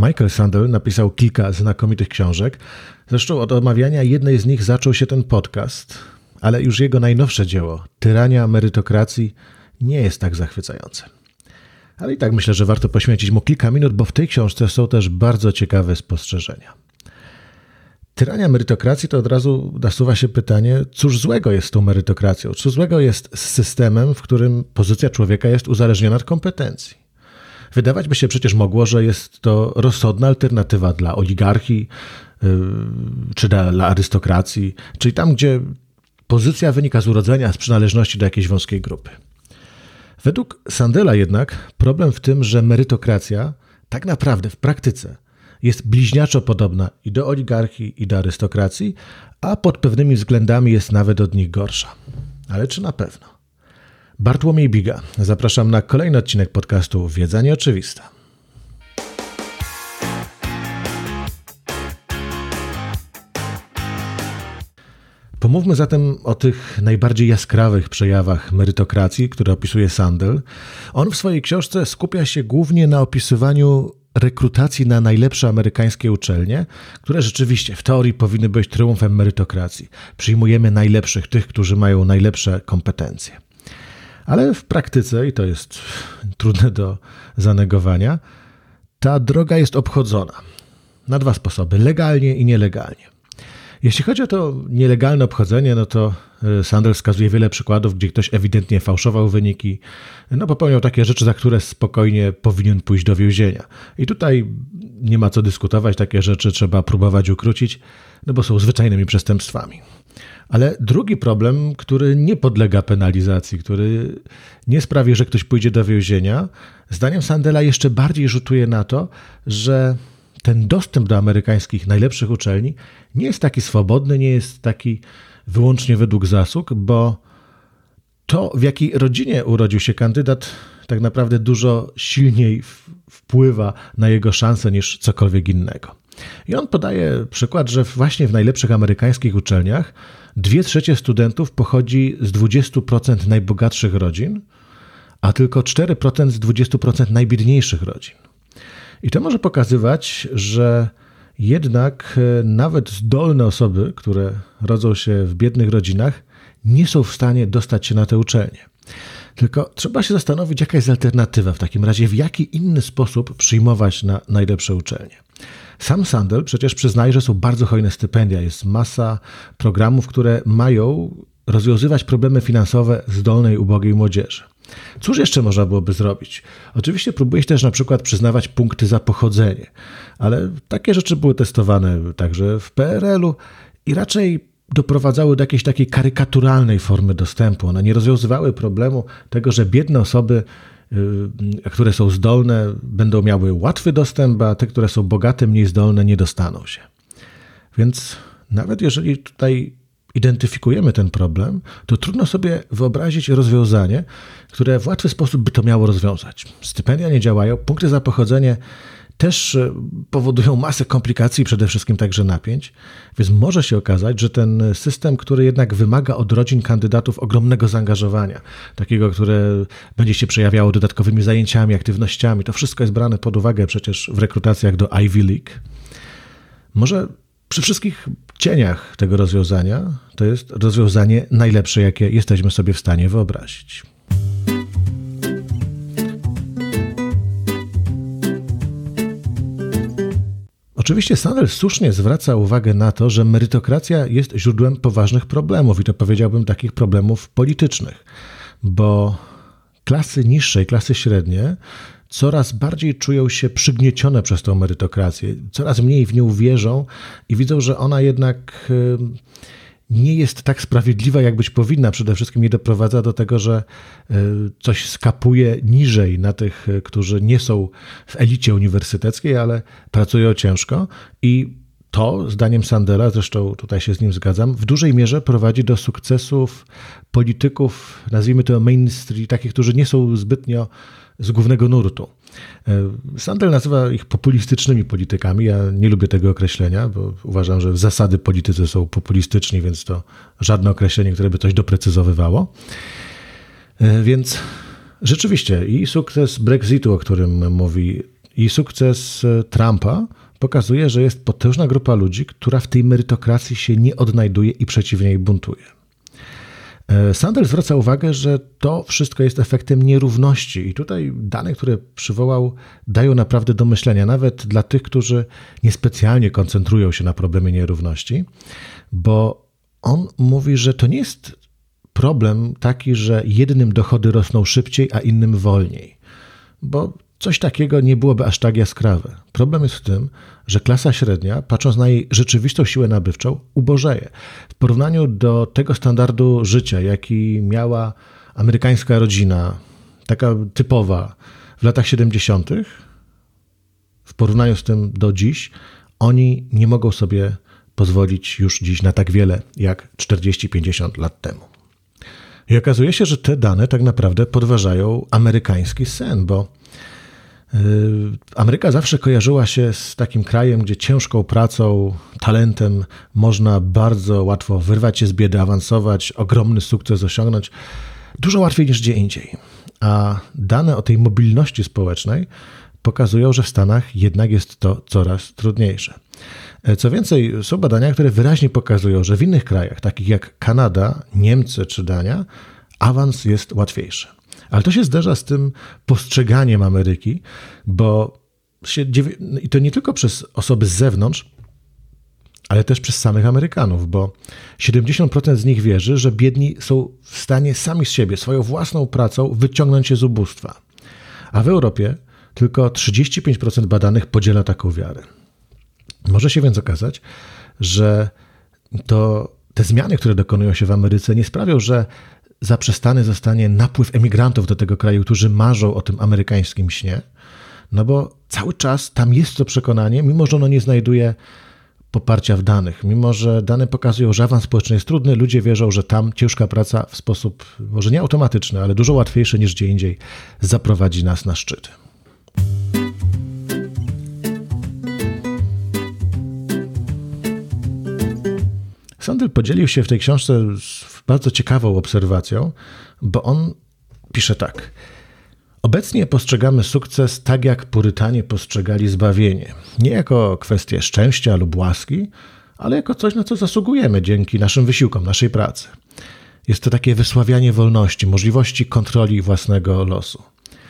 Michael Sandel napisał kilka znakomitych książek. Zresztą od omawiania jednej z nich zaczął się ten podcast, ale już jego najnowsze dzieło, Tyrania merytokracji, nie jest tak zachwycające. Ale i tak myślę, że warto poświęcić mu kilka minut, bo w tej książce są też bardzo ciekawe spostrzeżenia. Tyrania merytokracji to od razu nasuwa się pytanie, cóż złego jest z tą merytokracją? Co złego jest z systemem, w którym pozycja człowieka jest uzależniona od kompetencji? Wydawać by się przecież mogło, że jest to rozsądna alternatywa dla oligarchii czy dla arystokracji, czyli tam, gdzie pozycja wynika z urodzenia, z przynależności do jakiejś wąskiej grupy. Według Sandela jednak problem w tym, że merytokracja tak naprawdę w praktyce jest bliźniaczo podobna i do oligarchii, i do arystokracji, a pod pewnymi względami jest nawet od nich gorsza. Ale czy na pewno? Bartłomiej Biga. Zapraszam na kolejny odcinek podcastu Wiedza Nieoczywista. Pomówmy zatem o tych najbardziej jaskrawych przejawach merytokracji, które opisuje Sandel. On w swojej książce skupia się głównie na opisywaniu rekrutacji na najlepsze amerykańskie uczelnie, które rzeczywiście w teorii powinny być triumfem merytokracji. Przyjmujemy najlepszych, tych, którzy mają najlepsze kompetencje. Ale w praktyce, i to jest trudne do zanegowania, ta droga jest obchodzona na dwa sposoby, legalnie i nielegalnie. Jeśli chodzi o to nielegalne obchodzenie, no to Sandel wskazuje wiele przykładów, gdzie ktoś ewidentnie fałszował wyniki, popełniał takie rzeczy, za które spokojnie powinien pójść do więzienia. I tutaj nie ma co dyskutować, takie rzeczy trzeba próbować ukrócić, bo są zwyczajnymi przestępstwami. Ale drugi problem, który nie podlega penalizacji, który nie sprawi, że ktoś pójdzie do więzienia, zdaniem Sandela jeszcze bardziej rzutuje na to, że ten dostęp do amerykańskich najlepszych uczelni nie jest taki swobodny, nie jest taki wyłącznie według zasług, bo to, w jakiej rodzinie urodził się kandydat, tak naprawdę dużo silniej wpływa na jego szanse niż cokolwiek innego. I on podaje przykład, że właśnie w najlepszych amerykańskich uczelniach 2/3 studentów pochodzi z 20% najbogatszych rodzin, a tylko 4% z 20% najbiedniejszych rodzin. I to może pokazywać, że jednak nawet zdolne osoby, które rodzą się w biednych rodzinach, nie są w stanie dostać się na te uczelnie. Tylko trzeba się zastanowić, jaka jest alternatywa w takim razie, w jaki inny sposób przyjmować na najlepsze uczelnie. Sam Sandel przecież przyznaje, że są bardzo hojne stypendia. Jest masa programów, które mają rozwiązywać problemy finansowe zdolnej, ubogiej młodzieży. Cóż jeszcze można byłoby zrobić? Oczywiście próbuje się też na przykład przyznawać punkty za pochodzenie, ale takie rzeczy były testowane także w PRL-u i raczej doprowadzały do jakiejś takiej karykaturalnej formy dostępu. One nie rozwiązywały problemu tego, że biedne osoby, które są zdolne, będą miały łatwy dostęp, a te, które są bogate, mniej zdolne, nie dostaną się. Więc nawet jeżeli tutaj identyfikujemy ten problem, to trudno sobie wyobrazić rozwiązanie, które w łatwy sposób by to miało rozwiązać. Stypendia nie działają, punkty za pochodzenie też powodują masę komplikacji, przede wszystkim także napięć, więc może się okazać, że ten system, który jednak wymaga od rodzin kandydatów ogromnego zaangażowania, takiego, które będzie się przejawiało dodatkowymi zajęciami, aktywnościami, to wszystko jest brane pod uwagę przecież w rekrutacjach do Ivy League, może przy wszystkich cieniach tego rozwiązania to jest rozwiązanie najlepsze, jakie jesteśmy sobie w stanie wyobrazić. Oczywiście Sandel słusznie zwraca uwagę na to, że merytokracja jest źródłem poważnych problemów i to powiedziałbym takich problemów politycznych, bo klasy niższe i klasy średnie coraz bardziej czują się przygniecione przez tą merytokrację, coraz mniej w nią wierzą i widzą, że ona jednak nie jest tak sprawiedliwa, jak być powinna. Przede wszystkim nie doprowadza do tego, że coś skapuje niżej na tych, którzy nie są w elicie uniwersyteckiej, ale pracują ciężko i to, zdaniem Sandela, zresztą tutaj się z nim zgadzam, w dużej mierze prowadzi do sukcesów polityków, nazwijmy to mainstream, takich, którzy nie są zbytnio z głównego nurtu. Sandel nazywa ich populistycznymi politykami. Ja nie lubię tego określenia, bo uważam, że w zasady politycy są populistyczni, więc to żadne określenie, które by coś doprecyzowywało. Więc rzeczywiście i sukces Brexitu, o którym mówi I sukces Trumpa pokazuje, że jest potężna grupa ludzi, która w tej merytokracji się nie odnajduje i przeciwnie jej buntuje. Sandel zwraca uwagę, że to wszystko jest efektem nierówności i tutaj dane, które przywołał, dają naprawdę do myślenia, nawet dla tych, którzy niespecjalnie koncentrują się na problemie nierówności, bo on mówi, że to nie jest problem taki, że jednym dochody rosną szybciej, a innym wolniej, bo coś takiego nie byłoby aż tak jaskrawe. Problem jest w tym, że klasa średnia, patrząc na jej rzeczywistą siłę nabywczą, ubożeje. W porównaniu do tego standardu życia, jaki miała amerykańska rodzina, taka typowa w latach 70., w porównaniu z tym do dziś, oni nie mogą sobie pozwolić już dziś na tak wiele jak 40-50 lat temu. I okazuje się, że te dane tak naprawdę podważają amerykański sen, bo Ameryka zawsze kojarzyła się z takim krajem, gdzie ciężką pracą, talentem można bardzo łatwo wyrwać się z biedy, awansować, ogromny sukces osiągnąć, dużo łatwiej niż gdzie indziej. A dane o tej mobilności społecznej pokazują, że w Stanach jednak jest to coraz trudniejsze. Co więcej, są badania, które wyraźnie pokazują, że w innych krajach, takich jak Kanada, Niemcy czy Dania, awans jest łatwiejszy. Ale to się zderza z tym postrzeganiem Ameryki, bo i to nie tylko przez osoby z zewnątrz, ale też przez samych Amerykanów, bo 70% z nich wierzy, że biedni są w stanie sami z siebie, swoją własną pracą wyciągnąć się z ubóstwa. A w Europie tylko 35% badanych podziela taką wiarę. Może się więc okazać, że te zmiany, które dokonują się w Ameryce, nie sprawią, że zaprzestany zostanie napływ emigrantów do tego kraju, którzy marzą o tym amerykańskim śnie, no bo cały czas tam jest to przekonanie, mimo że ono nie znajduje poparcia w danych, mimo że dane pokazują, że awans społeczny jest trudny, ludzie wierzą, że tam ciężka praca w sposób może nie automatyczny, ale dużo łatwiejszy niż gdzie indziej zaprowadzi nas na szczyt. Sandel podzielił się w tej książce bardzo ciekawą obserwacją, bo on pisze tak. Obecnie postrzegamy sukces tak, jak Purytanie postrzegali zbawienie. Nie jako kwestię szczęścia lub łaski, ale jako coś, na co zasługujemy dzięki naszym wysiłkom, naszej pracy. Jest to takie wysławianie wolności, możliwości kontroli własnego losu.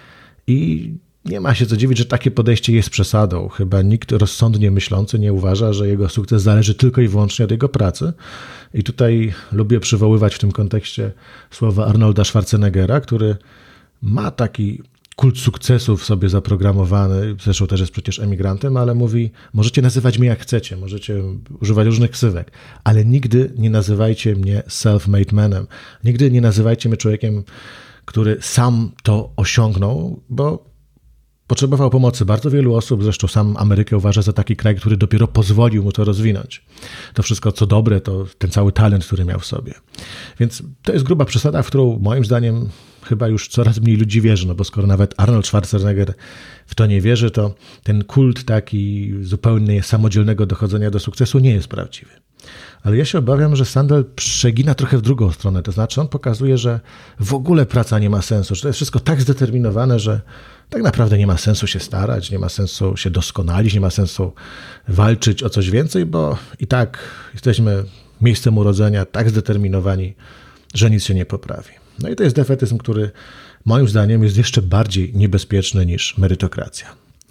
I nie ma się co dziwić, że takie podejście jest przesadą. Chyba nikt rozsądnie myślący nie uważa, że jego sukces zależy tylko i wyłącznie od jego pracy. I tutaj lubię przywoływać w tym kontekście słowa Arnolda Schwarzeneggera, który ma taki kult sukcesu w sobie zaprogramowany, zresztą też jest przecież emigrantem, ale mówi, możecie nazywać mnie jak chcecie, możecie używać różnych ksywek, ale nigdy nie nazywajcie mnie self-made manem. Nigdy nie nazywajcie mnie człowiekiem, który sam to osiągnął, bo potrzebował pomocy bardzo wielu osób, zresztą sam Amerykę uważa za taki kraj, który dopiero pozwolił mu to rozwinąć. To wszystko, co dobre, to ten cały talent, który miał w sobie. Więc to jest gruba przesada, w którą moim zdaniem chyba już coraz mniej ludzi wierzy, no bo skoro nawet Arnold Schwarzenegger w to nie wierzy, to ten kult taki zupełnie samodzielnego dochodzenia do sukcesu nie jest prawdziwy. Ale ja się obawiam, że Sandel przegina trochę w drugą stronę. To znaczy on pokazuje, że w ogóle praca nie ma sensu, że to jest wszystko tak zdeterminowane, że tak naprawdę nie ma sensu się starać, nie ma sensu się doskonalić, nie ma sensu walczyć o coś więcej, bo i tak jesteśmy miejscem urodzenia tak zdeterminowani, że nic się nie poprawi. No i to jest defetyzm, który moim zdaniem jest jeszcze bardziej niebezpieczny niż merytokracja.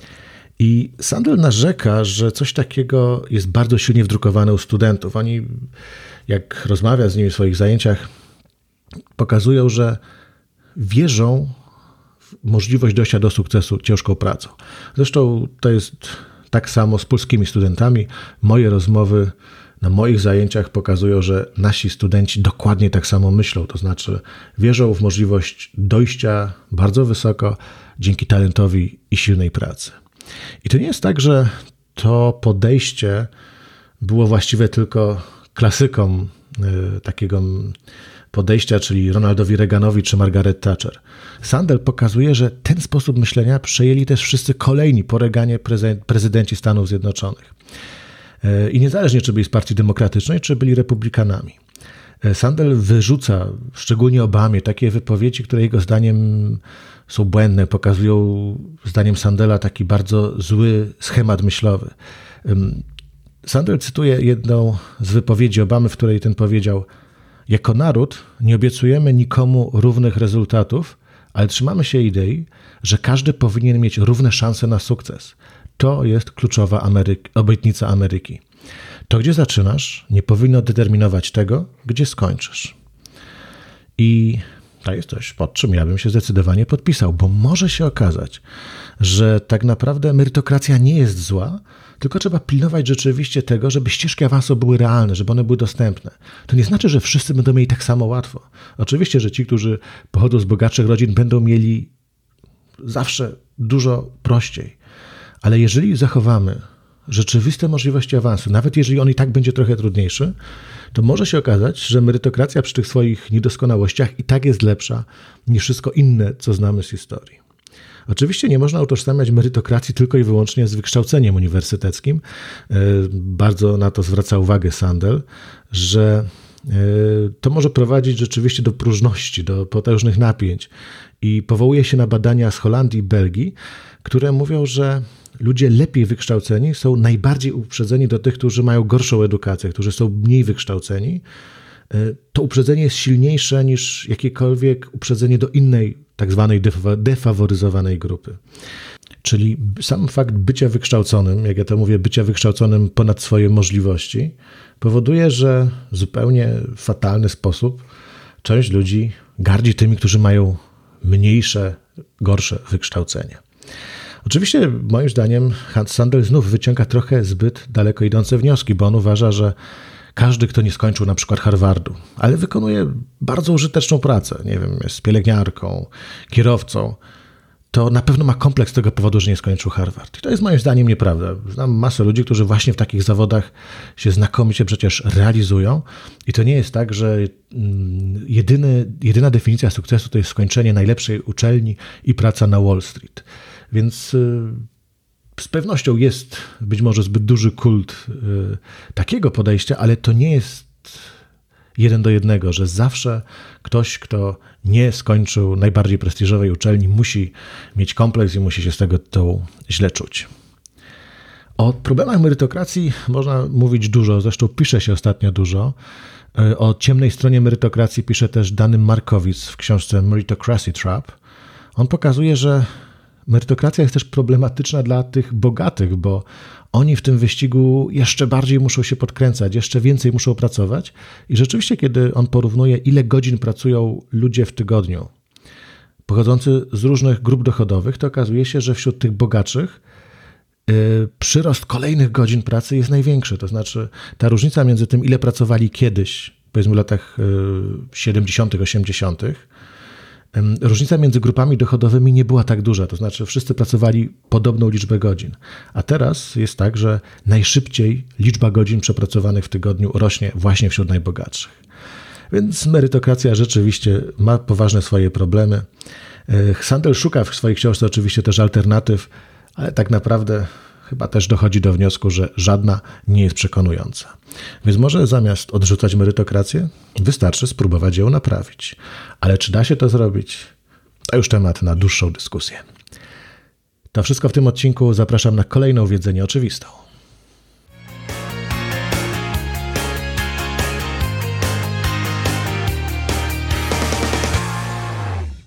I Sandel narzeka, że coś takiego jest bardzo silnie wdrukowane u studentów. Oni, jak rozmawia z nimi w swoich zajęciach, pokazują, że wierzą w możliwość dojścia do sukcesu ciężką pracą. Zresztą to jest tak samo z polskimi studentami. Moje rozmowy na moich zajęciach pokazują, że nasi studenci dokładnie tak samo myślą. To znaczy wierzą w możliwość dojścia bardzo wysoko dzięki talentowi i silnej pracy. I to nie jest tak, że to podejście było właściwe tylko klasykom takiego podejścia, czyli Ronaldowi Reaganowi czy Margaret Thatcher. Sandel pokazuje, że ten sposób myślenia przejęli też wszyscy kolejni po Reaganie prezydenci Stanów Zjednoczonych. I niezależnie, czy byli z Partii Demokratycznej, czy byli republikanami. Sandel wyrzuca, szczególnie Obamie, takie wypowiedzi, które jego zdaniem są błędne, pokazują zdaniem Sandela taki bardzo zły schemat myślowy. Sandel cytuje jedną z wypowiedzi Obamy, w której ten powiedział: jako naród nie obiecujemy nikomu równych rezultatów, ale trzymamy się idei, że każdy powinien mieć równe szanse na sukces. To jest kluczowa obietnica Ameryki. To, gdzie zaczynasz, nie powinno determinować tego, gdzie skończysz. I to jest coś, pod czym ja bym się zdecydowanie podpisał, bo może się okazać, że tak naprawdę merytokracja nie jest zła, tylko trzeba pilnować rzeczywiście tego, żeby ścieżki awansu były realne, żeby one były dostępne. To nie znaczy, że wszyscy będą mieli tak samo łatwo. Oczywiście, że ci, którzy pochodzą z bogatszych rodzin, będą mieli zawsze dużo prościej. Ale jeżeli zachowamy rzeczywiste możliwości awansu, nawet jeżeli on i tak będzie trochę trudniejszy, to może się okazać, że merytokracja przy tych swoich niedoskonałościach i tak jest lepsza niż wszystko inne, co znamy z historii. Oczywiście nie można utożsamiać merytokracji tylko i wyłącznie z wykształceniem uniwersyteckim. Bardzo na to zwraca uwagę Sandel, że to może prowadzić rzeczywiście do próżności, do potężnych napięć i powołuje się na badania z Holandii i Belgii, które mówią, że ludzie lepiej wykształceni są najbardziej uprzedzeni do tych, którzy mają gorszą edukację, którzy są mniej wykształceni. To uprzedzenie jest silniejsze niż jakiekolwiek uprzedzenie do innej tak zwanej defaworyzowanej grupy. Czyli sam fakt bycia wykształconym, jak ja to mówię, bycia wykształconym ponad swoje możliwości, powoduje, że w zupełnie fatalny sposób część ludzi gardzi tymi, którzy mają mniejsze, gorsze wykształcenie. Oczywiście moim zdaniem Hans Sandel znów wyciąga trochę zbyt daleko idące wnioski, bo on uważa, że każdy, kto nie skończył na przykład Harvardu, ale wykonuje bardzo użyteczną pracę, nie wiem, jest pielęgniarką, kierowcą, to na pewno ma kompleks z tego powodu, że nie skończył Harvard. I to jest moim zdaniem nieprawda. Znam masę ludzi, którzy właśnie w takich zawodach się znakomicie przecież realizują i to nie jest tak, że jedyna definicja sukcesu to jest skończenie najlepszej uczelni i praca na Wall Street. Więc z pewnością jest być może zbyt duży kult takiego podejścia, ale to nie jest 1:1, że zawsze ktoś, kto nie skończył najbardziej prestiżowej uczelni, musi mieć kompleks i musi się z tego tytułu źle czuć. O problemach merytokracji można mówić dużo, zresztą pisze się ostatnio dużo. O ciemnej stronie merytokracji pisze też Danny Markowicz w książce Meritocracy Trap. On pokazuje, że merytokracja jest też problematyczna dla tych bogatych, bo oni w tym wyścigu jeszcze bardziej muszą się podkręcać, jeszcze więcej muszą pracować. I rzeczywiście, kiedy on porównuje, ile godzin pracują ludzie w tygodniu pochodzący z różnych grup dochodowych, to okazuje się, że wśród tych bogatszych przyrost kolejnych godzin pracy jest największy. To znaczy ta różnica między tym, ile pracowali kiedyś, powiedzmy w latach 70., 80., różnica między grupami dochodowymi nie była tak duża, to znaczy wszyscy pracowali podobną liczbę godzin. A teraz jest tak, że najszybciej liczba godzin przepracowanych w tygodniu rośnie właśnie wśród najbogatszych. Więc merytokracja rzeczywiście ma poważne swoje problemy. Sandel szuka w swojej książce oczywiście też alternatyw, ale tak naprawdę chyba też dochodzi do wniosku, że żadna nie jest przekonująca. Więc może zamiast odrzucać merytokrację, wystarczy spróbować ją naprawić. Ale czy da się to zrobić? To już temat na dłuższą dyskusję. To wszystko w tym odcinku. Zapraszam na kolejną wiedzę nieoczywistą.